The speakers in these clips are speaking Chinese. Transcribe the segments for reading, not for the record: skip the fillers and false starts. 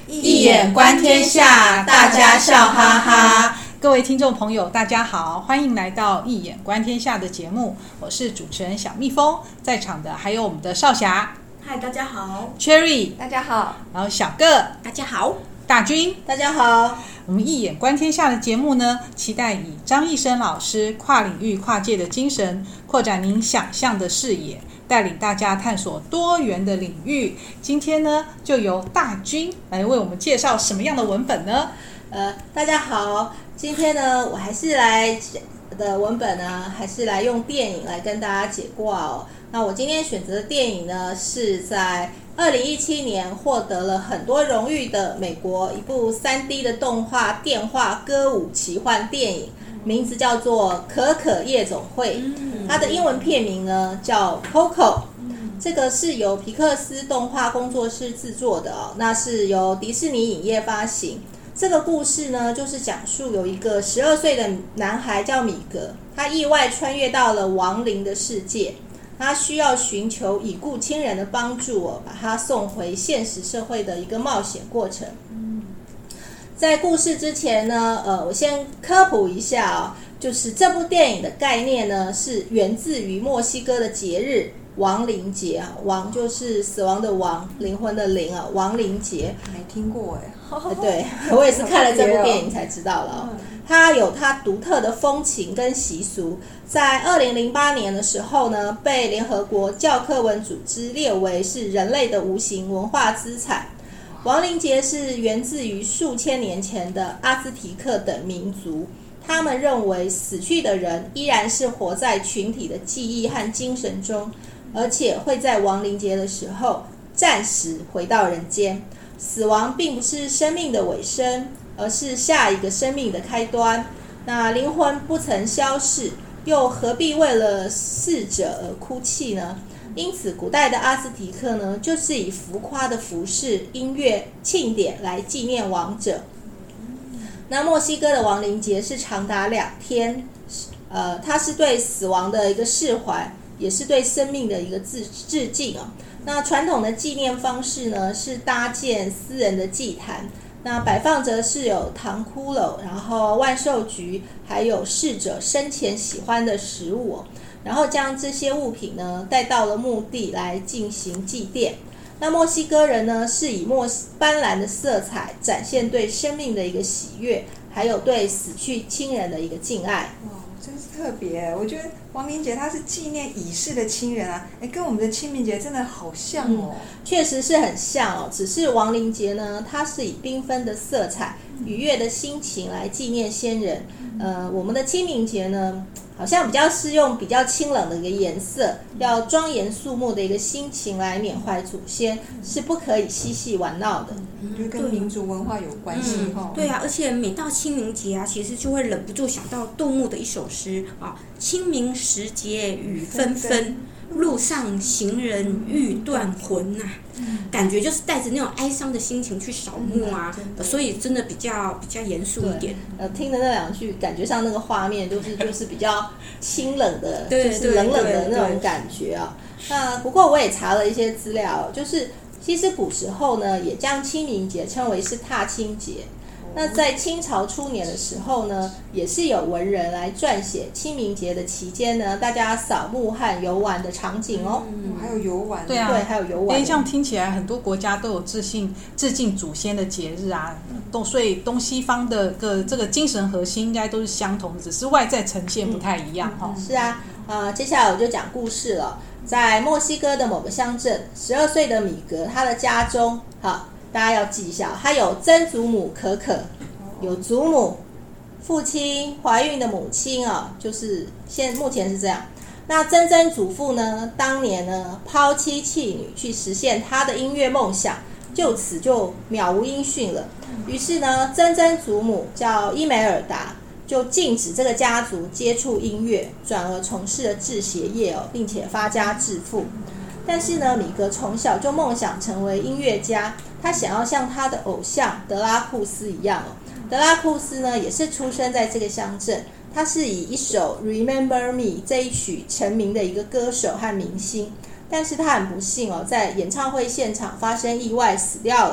一眼观天下，大家笑哈哈。 各位听众朋友大家好，欢迎来到一眼观天下的节目，我是主持人小蜜蜂，在场的还有我们的少侠， 嗨，大家好。 Cherry， 大家好。 然后小个， 大家好。 大军， 大家好。 我们一眼观天下的节目呢，期待以张义生老师跨领域跨界的精神，扩展您想象的视野，带领大家探索多元的领域。今天呢，就由大军来为我们介绍什么样的文本呢？ 大家好，今天呢，我还是来的文本呢，还是来用电影来跟大家解卦哦。那我今天选择的电影呢，是在2017年获得了很多荣誉的美国一部 3D 的动画电话歌舞奇幻电影，名字叫做《可可夜总会》，它的英文片名呢叫 Coco。这个是由皮克斯动画工作室制作的哦，那是由迪士尼影业发行。这个故事呢，就是讲述有一个12岁的男孩叫米格，他意外穿越到了亡灵的世界，他需要寻求已故亲人的帮助哦，把他送回现实社会的一个冒险过程。在故事之前呢，我先科普一下哦，就是这部电影的概念呢，是源自于墨西哥的节日亡灵节啊，亡就是死亡的亡，灵魂的灵啊，亡灵节。 没听过哎。 对，我也是看了这部电影才知道了哦。它有它独特的风情跟习俗，在2008年的时候呢，被联合国教科文组织列为是人类的无形文化资产。亡灵节是源自于数千年前的阿兹提克等民族，他们认为死去的人依然是活在群体的记忆和精神中，而且会在亡灵节的时候暂时回到人间。死亡并不是生命的尾声，而是下一个生命的开端。那灵魂不曾消逝，又何必为了逝者而哭泣呢？因此古代的阿兹提克呢，就是以浮夸的服饰、音乐、庆典来纪念亡者。那墨西哥的亡灵节是长达2天，它是对死亡的一个释怀，也是对生命的一个致敬哦。那传统的纪念方式呢，是搭建私人的祭坛，那摆放着是有糖骷髅，然后万寿菊，还有逝者生前喜欢的食物哦，然后将这些物品呢带到了墓地来进行祭奠。那墨西哥人呢，是以斑斓的色彩展现对生命的一个喜悦，还有对死去亲人的一个敬爱。 哇，真是特别。我觉得亡灵节它是纪念已逝的亲人啊，跟我们的清明节真的好像哦。 确实是很像哦，只是亡灵节呢，它是以缤纷的色彩、愉悦的心情来纪念先人。我们的清明节呢，好像比较是用比较清冷的一个颜色，要庄严肃穆的一个心情来缅怀祖先，是不可以嬉戏玩闹的。 就跟民族文化有关系对啊，而且每到清明节啊，其实就会忍不住想到杜牧的一首诗啊：清明时节雨纷纷，路上行人欲断魂呐。感觉就是带着那种哀伤的心情去扫墓啊，所以真的比较严肃一点。 听的那2句，感觉上那个画面就是比较清冷的， 对就是冷冷的那种感觉啊。那不过我也查了一些资料，就是其实古时候呢，也将清明节称为是踏青节。那在清朝初年的时候呢，也是有文人来撰写清明节的期间呢，大家扫墓和游玩的场景哦。 还有游玩。 对啊， 对，还有游玩。 因为这样听起来，很多国家都有致敬祖先的节日啊，所以东西方的这个精神核心应该都是相同，只是外在呈现不太一样哈。 是啊，接下来我就讲故事了。在墨西哥的某个乡镇，12岁的米格，他的家中，好，大家要记一下，他有曾祖母可可，有祖母、父亲、怀孕的母亲啊，就是目前是这样。那曾曾祖父呢，当年呢抛妻弃女去实现他的音乐梦想，就此就渺无音讯了。于是呢，曾曾祖母叫伊梅尔达，就禁止这个家族接触音乐，转而从事了制鞋业哦，并且发家致富。但是呢，米格从小就梦想成为音乐家，他想要像他的偶像德拉库斯一样哦。德拉库斯呢，也是出生在这个乡镇，他是以一首《Remember Me》这一曲成名的一个歌手和明星。但是他很不幸哦，在演唱会现场发生意外死掉了。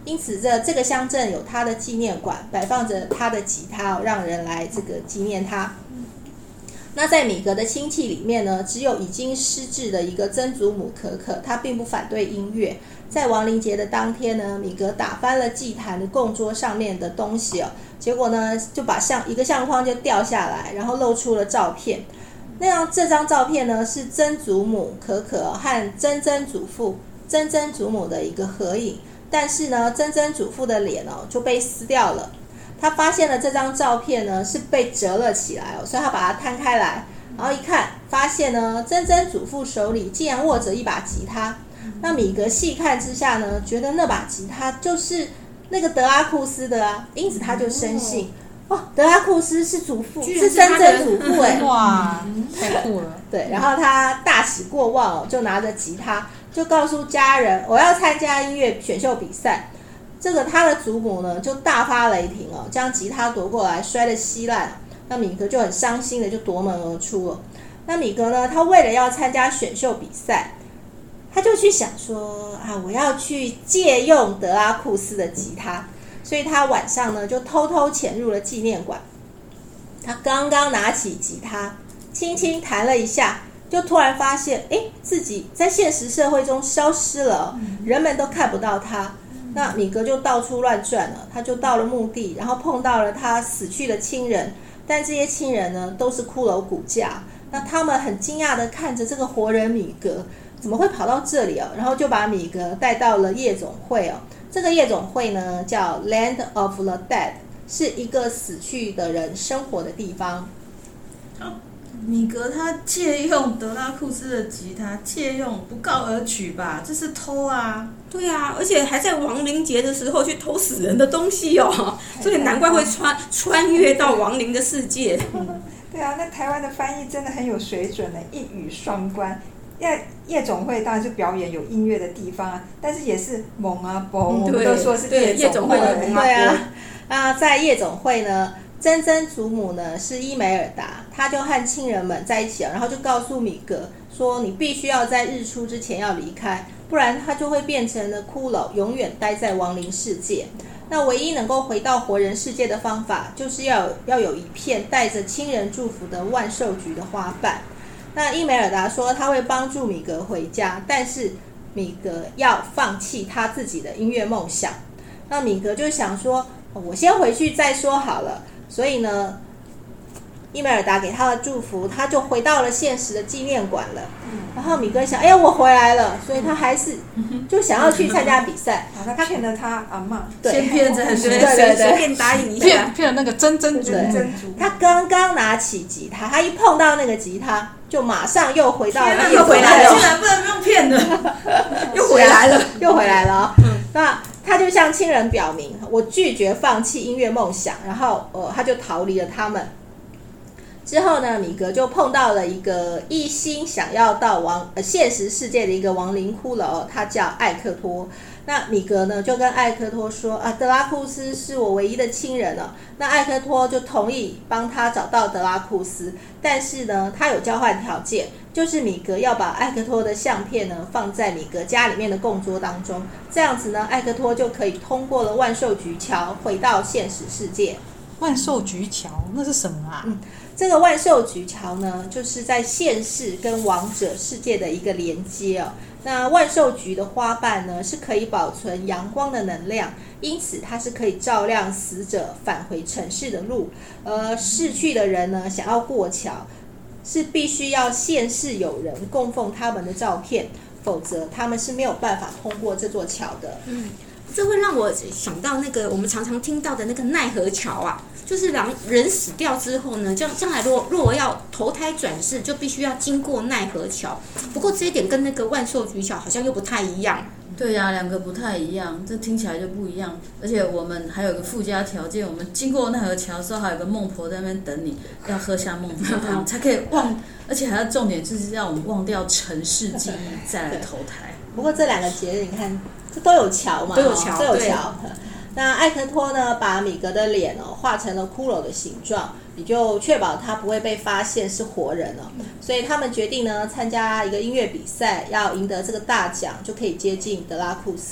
因此这个乡镇有他的纪念馆，摆放着他的吉他，让人来这个纪念他。那在米格的亲戚里面呢，只有已经失智的一个曾祖母可可，他并不反对音乐。在亡灵节的当天呢，米格打翻了祭坛的供桌上面的东西结果呢就把一个相框就掉下来，然后露出了照片。这张照片呢是曾祖母可可和曾曾祖父、曾曾祖母的一个合影，但是呢曾曾祖父的脸就被撕掉了。他发现了这张照片呢是被折了起来所以他把它摊开来，然后一看发现呢曾曾祖父手里竟然握着一把吉他。那米格细看之下呢，觉得那把吉他就是那个德拉库斯的因此他就深信德拉库斯是祖父，是曾曾祖父哇，太酷了。 对，然后他大喜过望就拿着吉他就告诉家人我要参加音乐选秀比赛。这个他的祖母呢就大发雷霆将吉他夺过来摔得稀烂。那米格就很伤心的就夺门而出了。那米格呢，他为了要参加选秀比赛，他就去想说我要去借用德拉库斯的吉他，所以他晚上呢就偷偷潜入了纪念馆。他刚刚拿起吉他轻轻弹了一下，就突然发现自己在现实社会中消失了人们都看不到他。那米格就到处乱转了，他就到了墓地，然后碰到了他死去的亲人，但这些亲人呢都是骷髅骨架。那他们很惊讶的看着这个活人米格怎么会跑到这里然后就把米格带到了夜总会这个夜总会呢叫 Land of the Dead， 是一个死去的人生活的地方。 米格他借用德拉库斯的吉他，借用不告而取吧，这是偷啊！ 对啊，而且还在亡灵节的时候去偷死人的东西所以难怪会穿越到亡灵的世界。 对啊，那台湾的翻译真的很有水准的，一语双关。夜总会当然是表演有音乐的地方但是也是蒙阿波，我们都说是夜总会的蒙阿波。 在夜总会呢，曾曾祖母呢是伊梅尔达，她就和亲人们在一起然后就告诉米格说你必须要在日出之前要离开，不然他就会变成了骷髅，永远待在亡灵世界。那唯一能够回到活人世界的方法，就是要有一片带着亲人祝福的万寿菊的花瓣。那伊梅尔达说他会帮助米格回家，但是米格要放弃他自己的音乐梦想。那米格就想说我先回去再说好了，所以呢伊梅尔达给他的祝福，他就回到了现实的纪念馆了。然后米格想我回来了，所以他还是就想要去参加比赛他骗了他阿嬷， 先骗再说， 对随便答应一下， 骗了那个曾曾祖母。 他刚刚拿起吉他，他一碰到那个吉他就马上又回到了， 又回来了， 竟然不能用骗的又回来了， 又回来了那他就向亲人表明我拒绝放弃音乐梦想，然后他就逃离了他们。之后呢，米格就碰到了一个一心想要到现实世界的一个亡灵骷髅他叫艾克托。那米格呢就跟艾克托说德拉库斯是我唯一的亲人那艾克托就同意帮他找到德拉库斯，但是呢他有交换条件，就是米格要把艾克托的相片呢放在米格家里面的供桌当中，这样子呢艾克托就可以通过了万寿菊桥回到现实世界。 万寿菊桥那是什么啊？ 这个万寿菊桥呢就是在现世跟亡者世界的一个连接那万寿菊的花瓣呢是可以保存阳光的能量，因此它是可以照亮死者返回尘世的路。逝去的人呢想要过桥，是必须要现世有人供奉他们的照片，否则他们是没有办法通过这座桥的。 这会让我想到那个我们常常听到的那个奈何桥就是人死掉之后呢，将来如果要投胎转世，就必须要经过奈何桥。不过这一点跟那个万寿菊桥好像又不太一样。 对呀，两个不太一样，这听起来就不一样。而且我们还有个附加条件，我们经过奈何桥的时候，还有个孟婆在那边等你，要喝下孟婆汤才可以而且还要重点就是让我们忘掉尘世记忆，再来投胎。 不过这两个节日你看这都有桥嘛， 都有桥。 那艾克托呢把米格的脸画成了骷髅的形状，也就确保他不会被发现是活人所以他们决定呢参加一个音乐比赛，要赢得这个大奖就可以接近德拉库斯。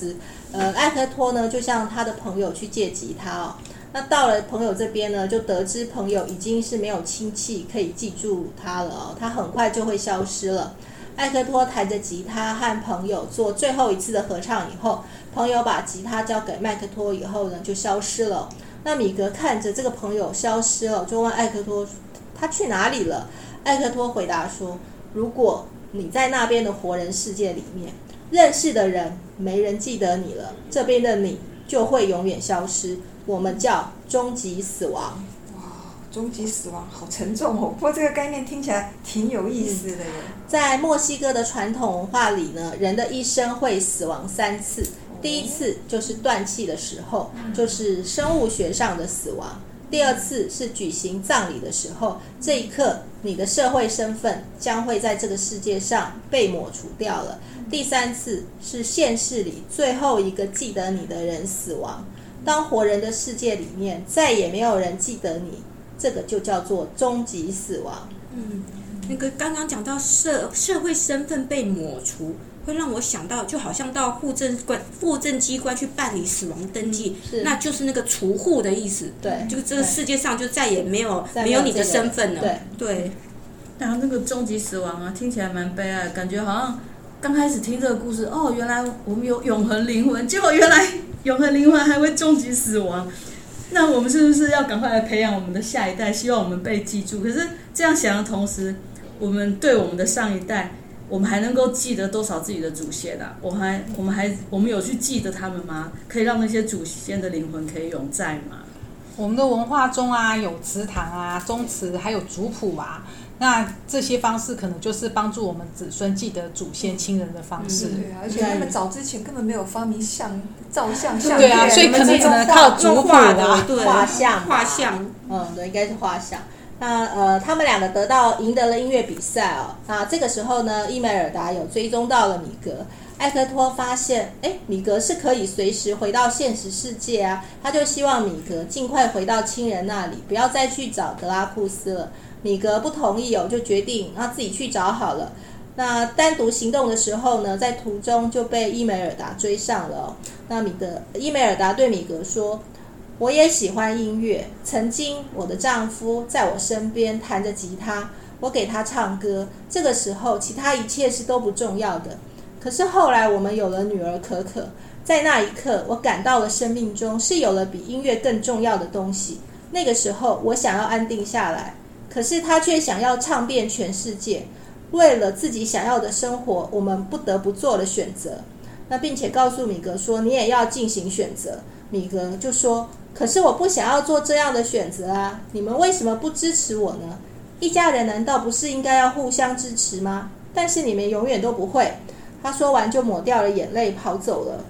艾克托呢就向他的朋友去借吉他哦。那到了朋友这边呢，就得知朋友已经是没有亲戚可以记住他了哦，他很快就会消失了。艾克托弹着吉他和朋友做最后一次的合唱以后，朋友把吉他交给麦克托以后呢，就消失了。那米格看着这个朋友消失了，就问艾克托他去哪里了。艾克托回答说，如果你在那边的活人世界里面，认识的人没人记得你了，这边的你就会永远消失，我们叫终极死亡。 终极死亡好沉重哦，不过这个概念听起来挺有意思的耶。 在墨西哥的传统文化里呢，人的一生会死亡3次，第一次就是断气的时候，就是生物学上的死亡。第二次是举行葬礼的时候，这一刻你的社会身份将会在这个世界上被抹除掉了。第三次是现世里最后一个记得你的人死亡。当活人的世界里面再也没有人记得你，这个就叫做终极死亡。 那个刚刚讲到社会身份被抹除，会让我想到，就好像到户政机关去办理死亡登记，那就是那个除户的意思。 对， 就这个世界上就再也没有你的身份了。对。 然后那个终极死亡啊，听起来蛮悲哀，感觉好像刚开始听这个故事，哦，原来我们有永恒灵魂，结果原来永恒灵魂还会终极死亡。那我们是不是要赶快来培养我们的下一代，希望我们被记住？可是这样想的同时，我们对我们的上一代，我们还能够记得多少自己的祖先啊？我们有去记得他们吗？可以让那些祖先的灵魂可以永在吗？ 我们的文化中啊，有祠堂啊、宗祠，还有族谱啊。那这些方式可能就是帮助我们子孙记得祖先亲人的方式。 对啊，而且他们早之前根本没有发明照相相对啊，所以可能只能靠族谱啊、 画像。对，应该是画像。那他们两个赢得了音乐比赛哦。那这个时候呢，伊梅尔达有追踪到了米格。艾克托发现，米格是可以随时回到现实世界啊，他就希望米格尽快回到亲人那里，不要再去找德拉库斯了。米格不同意哦，就决定让自己去找好了。那单独行动的时候呢，在途中就被伊梅尔达追上了哦。那伊梅尔达对米格说，我也喜欢音乐，曾经我的丈夫在我身边弹着吉他，我给他唱歌，这个时候其他一切是都不重要的。可是后来我们有了女儿可可，在那一刻我感到了生命中是有了比音乐更重要的东西。那个时候我想要安定下来，可是他却想要唱遍全世界。为了自己想要的生活，我们不得不做了选择。那并且告诉米格说，你也要进行选择。米格就说，可是我不想要做这样的选择啊，你们为什么不支持我呢？一家人难道不是应该要互相支持吗？但是你们永远都不会。他说完就抹掉了眼泪跑走了。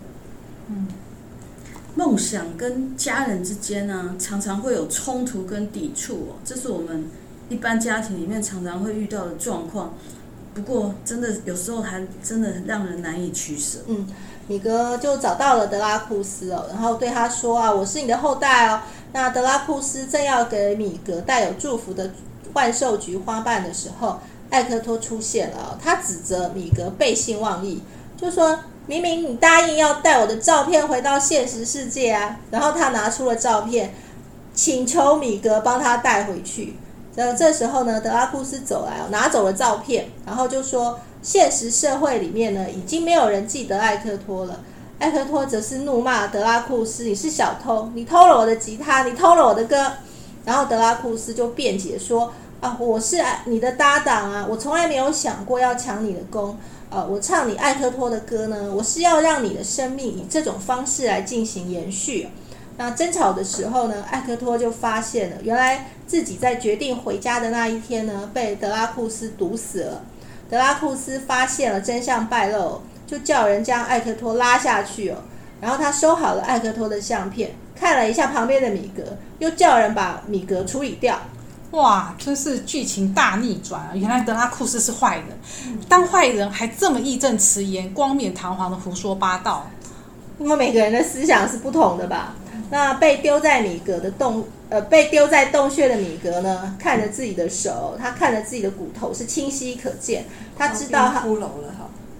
梦想跟家人之间呢，常常会有冲突跟抵触哦，这是我们一般家庭里面常常会遇到的状况。不过真的有时候还真的让人难以取舍。 米格就找到了德拉库斯哦，然后对他说啊，我是你的后代哦。那德拉库斯正要给米格带有祝福的万寿菊花瓣的时候，艾克托出现了哦，他指责米格背信忘义，就说明明你答应要带我的照片回到现实世界啊。然后他拿出了照片，请求米格帮他带回去。这时候呢，德拉库斯走来拿走了照片，然后就说现实社会里面呢，已经没有人记得艾克托了。艾克托则是怒骂德拉库斯，你是小偷，你偷了我的吉他，你偷了我的歌。然后德拉库斯就辩解说啊，我是你的搭档啊，我从来没有想过要抢你的功。我唱你艾克托的歌呢，我是要让你的生命以这种方式来进行延续。那争吵的时候呢，艾克托就发现了，原来自己在决定回家的那一天呢，被德拉库斯毒死了。德拉库斯发现了真相败露，就叫人将艾克托拉下去哦。然后他收好了艾克托的相片，看了一下旁边的米格，又叫人把米格处理掉。 哇，真是剧情大逆转啊！原来德拉库斯是坏人，当坏人还这么义正辞严、冠冕堂皇的胡说八道。 因为每个人的思想是不同的吧？那被丢在洞穴的米格呢，看着自己的手，他看着自己的骨头是清晰可见，他知道他骷髅了哈，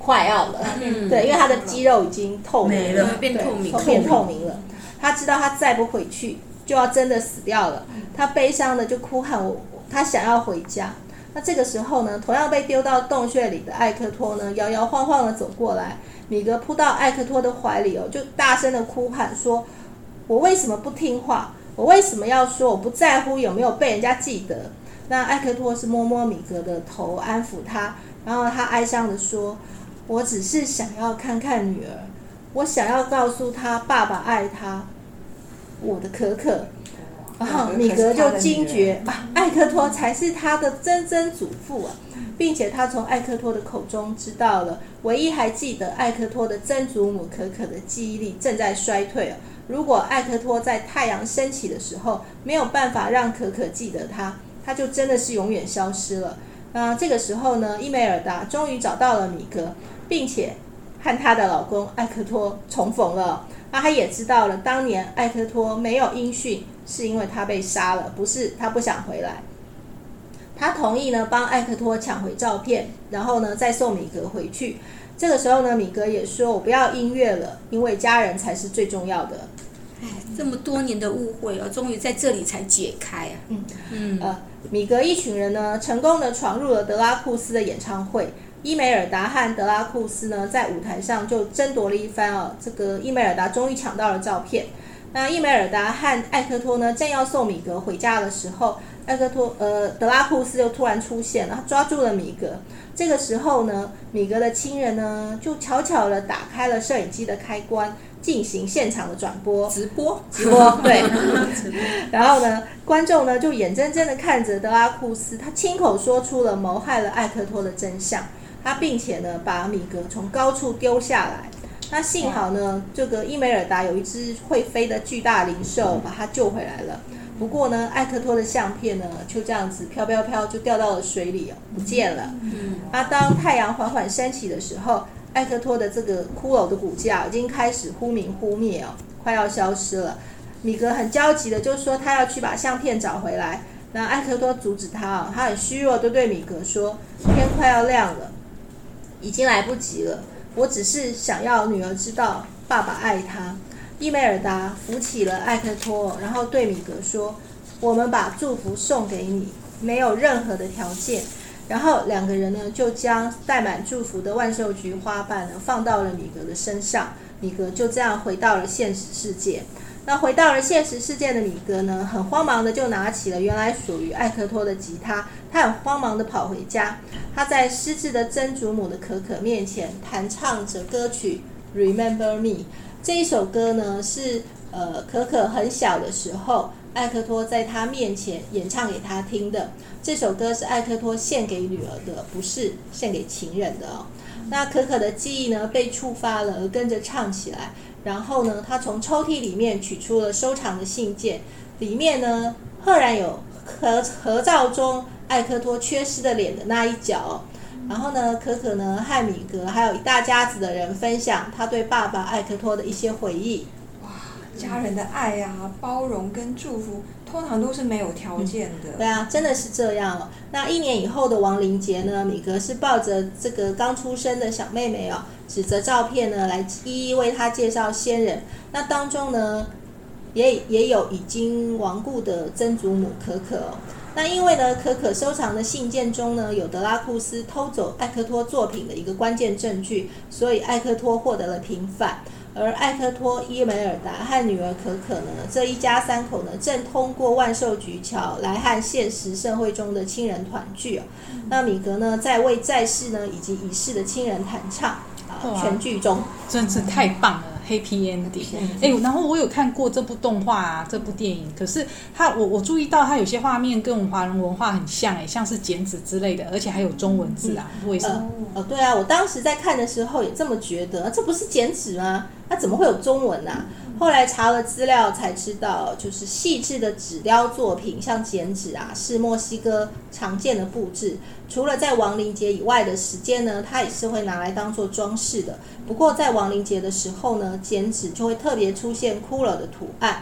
快要了，对，因为他的肌肉已经透明了， 变透明了。他知道他再不回去就要真的死掉了，他悲伤的就哭喊他想要回家。那这个时候呢，同样被丢到洞穴里的艾克托呢，摇摇晃晃的走过来，米格扑到艾克托的怀里就大声的哭喊说：“我为什么不听话？我为什么要说我不在乎有没有被人家记得？”那艾克托是摸摸米格的头，安抚他，然后他哀伤的说：“我只是想要看看女儿，我想要告诉她爸爸爱她，我的可可。”然后米格就惊觉艾克托才是他的曾曾祖父并且他从艾克托的口中知道了唯一还记得艾克托的曾祖母可可的记忆力正在衰退如果艾克托在太阳升起的时候没有办法让可可记得他就真的是永远消失了。这个时候呢，伊梅尔达终于找到了米格，并且和她的老公艾克托重逢了。他也知道了当年艾克托没有音讯是因为他被杀了，不是他不想回来。他同意呢帮艾克托抢回照片，然后呢再送米格回去。这个时候呢，米格也说：“我不要音乐了，因为家人才是最重要的。” 这么多年的误会终于在这里才解开米格一群人呢，成功的闯入了德拉库斯的演唱会。伊梅尔达和德拉库斯呢，在舞台上就争夺了一番这个伊梅尔达终于抢到了照片。那伊梅尔达和艾克托呢，正要送米格回家的时候，德拉库斯就突然出现了，他抓住了米格。这个时候呢，米格的亲人呢，就悄悄的打开了摄影机的开关，进行现场的转播， 直播， 对。然后呢，观众呢就眼睁睁的看着德拉库斯，他亲口说出了谋害了艾克托的真相。他并且呢把米格从高处丢下来。那幸好呢，这个伊梅尔达有一只会飞的巨大灵兽把他救回来了。不过呢，艾克托的相片呢就这样子飘飘飘就掉到了水里不见了。当太阳缓缓升起的时候，艾克托的这个骷髅的骨架已经开始忽明忽灭快要消失了。米格很焦急的就说他要去把相片找回来。那艾克托阻止他他很虚弱的对米格说：“天快要亮了，已经来不及了，我只是想要女儿知道爸爸爱她。”伊梅尔达扶起了艾克托，然后对米格说：“我们把祝福送给你，没有任何的条件。”然后两个人呢就将带满祝福的万寿菊花瓣呢放到了米格的身上，米格就这样回到了现实世界。那回到了现实世界的米格呢，很慌忙的就拿起了原来属于艾克托的吉他，他很慌忙的跑回家。他在失智的曾祖母的可可面前弹唱着歌曲 Remember Me。 这一首歌呢是可可很小的时候艾克托在他面前演唱给他听的。这首歌是艾克托献给女儿的，不是献给情人的那可可的记忆呢被触发了，而跟着唱起来。然后呢，他从抽屉里面取出了收藏的信件，里面呢赫然有合照中艾克托缺失的脸的那一角然后呢，可可呢和米格还有一大家子的人分享他对爸爸艾克托的一些回忆。 家人的爱包容跟祝福通常都是没有条件的。 对真的是这样那1年以后的亡灵节呢，米格是抱着这个刚出生的小妹妹指着照片呢来一一为她介绍先人。那当中呢也有已经亡故的曾祖母可可那因为呢，可可收藏的信件中呢有德拉库斯偷走艾克托作品的一个关键证据，所以艾克托获得了平反。而艾克托、伊梅尔达和女儿可可呢，这一家三口呢，正通过万寿菊桥来和现实社会中的亲人团聚那米格呢，在为在世呢以及已逝的亲人弹唱全剧终， 真是太棒了。Happy ending。然后我有看过这部动画这部电影，可是我注意到它有些画面跟我们华人文化很像像是剪纸之类的，而且还有中文字为什么？ 对我当时在看的时候也这么觉得，这不是剪纸吗？那怎么会有中文后来查了资料才知道，就是细致的纸雕作品，像剪纸是墨西哥常见的布置。除了在亡灵节以外的时间呢，它也是会拿来当做装饰的。不过在亡灵节的时候呢，剪纸就会特别出现骷髅的图案。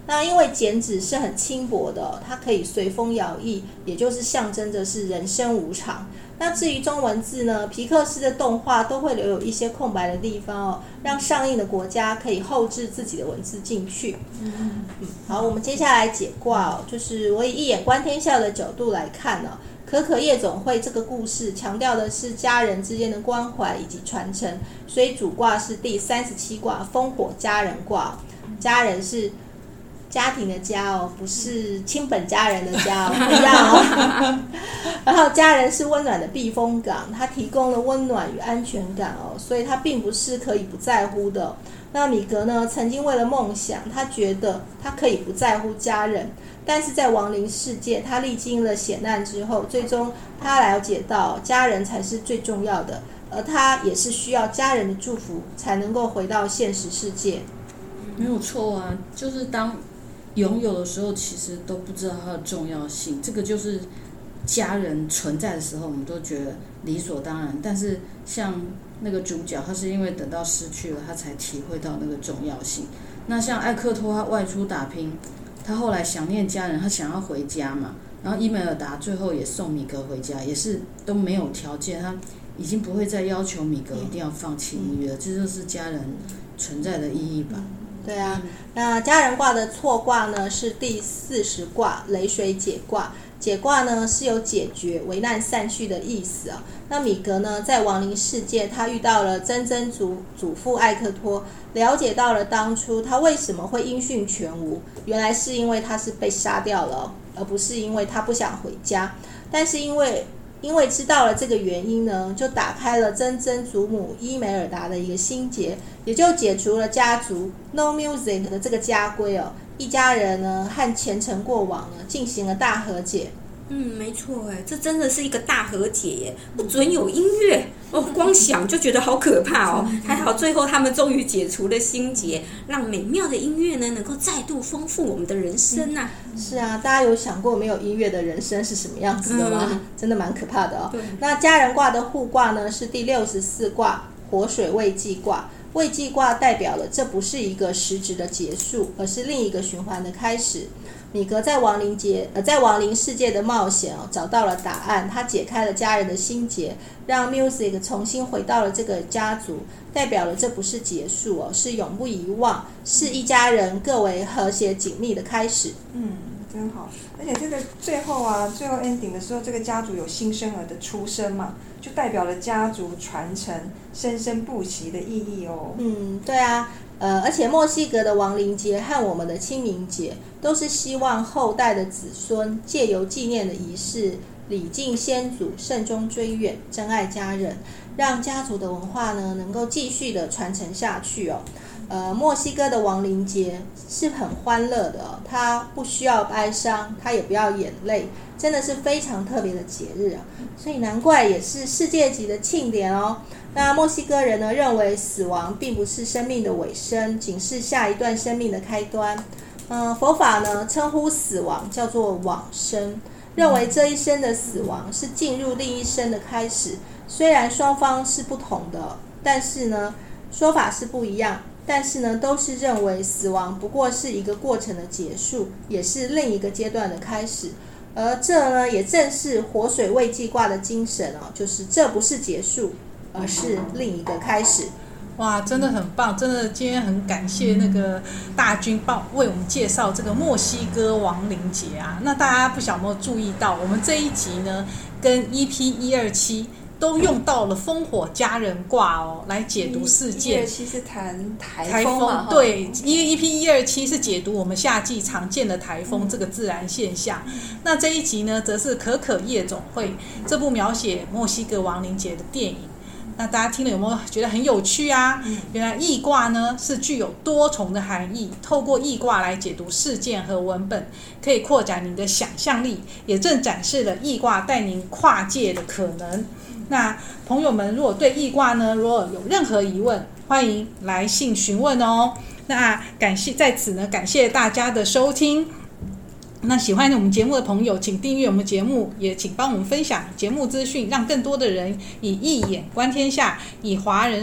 那因为剪纸是很轻薄的，它可以随风摇曳，也就是象征着是人生无常。那至于中文字呢，皮克斯的动画都会留有一些空白的地方让上映的国家可以后置自己的文字进去。好，我们接下来解卦就是我以一眼观天下的角度来看可可夜总会这个故事强调的是家人之间的关怀以及传承，所以主卦是第37卦烽火家人卦。家人是家庭的家不是亲本家人的家不一样然后家人是温暖的避风港，它提供了温暖与安全感所以它并不是可以不在乎的。那米格呢，曾经为了梦想，他觉得他可以不在乎家人，但是在亡灵世界，他历经了险难之后，最终他了解到家人才是最重要的，而他也是需要家人的祝福才能够回到现实世界。 没有错啊，就是当拥有的时候，其实都不知道它的重要性。这个就是家人存在的时候，我们都觉得理所当然。但是像那个主角，他是因为等到失去了，他才体会到那个重要性。那像艾克托，他外出打拼，他后来想念家人，他想要回家嘛。然后伊梅尔达最后也送米格回家，也是都没有条件，他已经不会再要求米格一定要放弃音乐了。这就是家人存在的意义吧。 对啊，那家人卦的错卦呢是第40卦雷水解卦。解卦呢是有解决危难散去的意思那米格呢在亡灵世界，他遇到了曾曾祖父艾克托，了解到了当初他为什么会音讯全无，原来是因为他是被杀掉了而不是因为他不想回家。但是因为知道了这个原因呢，就打开了曾曾祖母伊梅尔达的一个心结，也就解除了家族 No Music 的这个家规一家人呢和前尘过往呢进行了大和解。 没错这真的是一个大和解耶，不准有音乐光想就觉得好可怕还好最后他们终于解除了心结，让美妙的音乐呢能够再度丰富我们的人生是啊，大家有想过没有音乐的人生是什么样子的吗？真的蛮可怕的那家人卦的互卦呢是第64卦火水未济卦。未济卦代表了这不是一个实质的结束，而是另一个循环的开始。米格在亡灵世界的冒险找到了答案，他解开了家人的心结，让 Music 重新回到了这个家族，代表了这不是结束是永不遗忘，是一家人更为和谐紧密的开始。 真好。而且这个最后 ending 的时候，这个家族有新生儿的出生嘛，就代表了家族传承生生不息的意义对啊，而且墨西哥的亡灵节和我们的清明节都是希望后代的子孙借由纪念的仪式礼敬先祖，慎终追远，珍爱家人，让家族的文化呢能够继续的传承下去墨西哥的亡灵节是很欢乐的它不需要哀伤，它也不要眼泪，真的是非常特别的节日所以难怪也是世界级的庆典那墨西哥人呢认为死亡并不是生命的尾声，仅是下一段生命的开端。佛法呢称呼死亡叫做往生，认为这一生的死亡是进入另一生的开始。虽然双方是不同的，但是呢说法是不一样，但是呢都是认为死亡不过是一个过程的结束，也是另一个阶段的开始。而这呢也正是火水未济卦的精神就是这不是结束，而是另一个开始。 哇，真的很棒！真的今天很感谢那个大军为我们介绍这个墨西哥亡灵节那大家不晓得有没有注意到，我们这一集呢跟 EP127都用到了烽火家人卦来解读事件。 127是谈台风嘛？ 对，因为 EP127是解读我们夏季常见的台风这个自然现象。那这一集呢，则是可可夜总会这部描写墨西哥亡灵节的电影。那大家听了有没有觉得很有趣原来易卦呢是具有多重的含义，透过易卦来解读事件和文本，可以扩展您的想象力，也正展示了易卦带您跨界的可能。那朋友们如果对易卦呢如果有任何疑问，欢迎来信询问那在此呢感谢大家的收听。那喜欢我们节目的朋友，请订阅我们节目，也请帮我们分享节目资讯，让更多的人以一眼观天下，以华人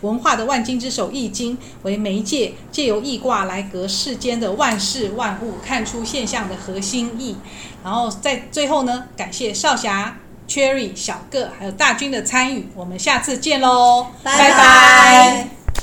文化的万经之首易经为媒介，借由易卦来隔世间的万事万物，看出现象的核心意。然后在最后呢，感谢少侠、Cherry、小个还有大军的参与，我们下次见喽， 拜拜。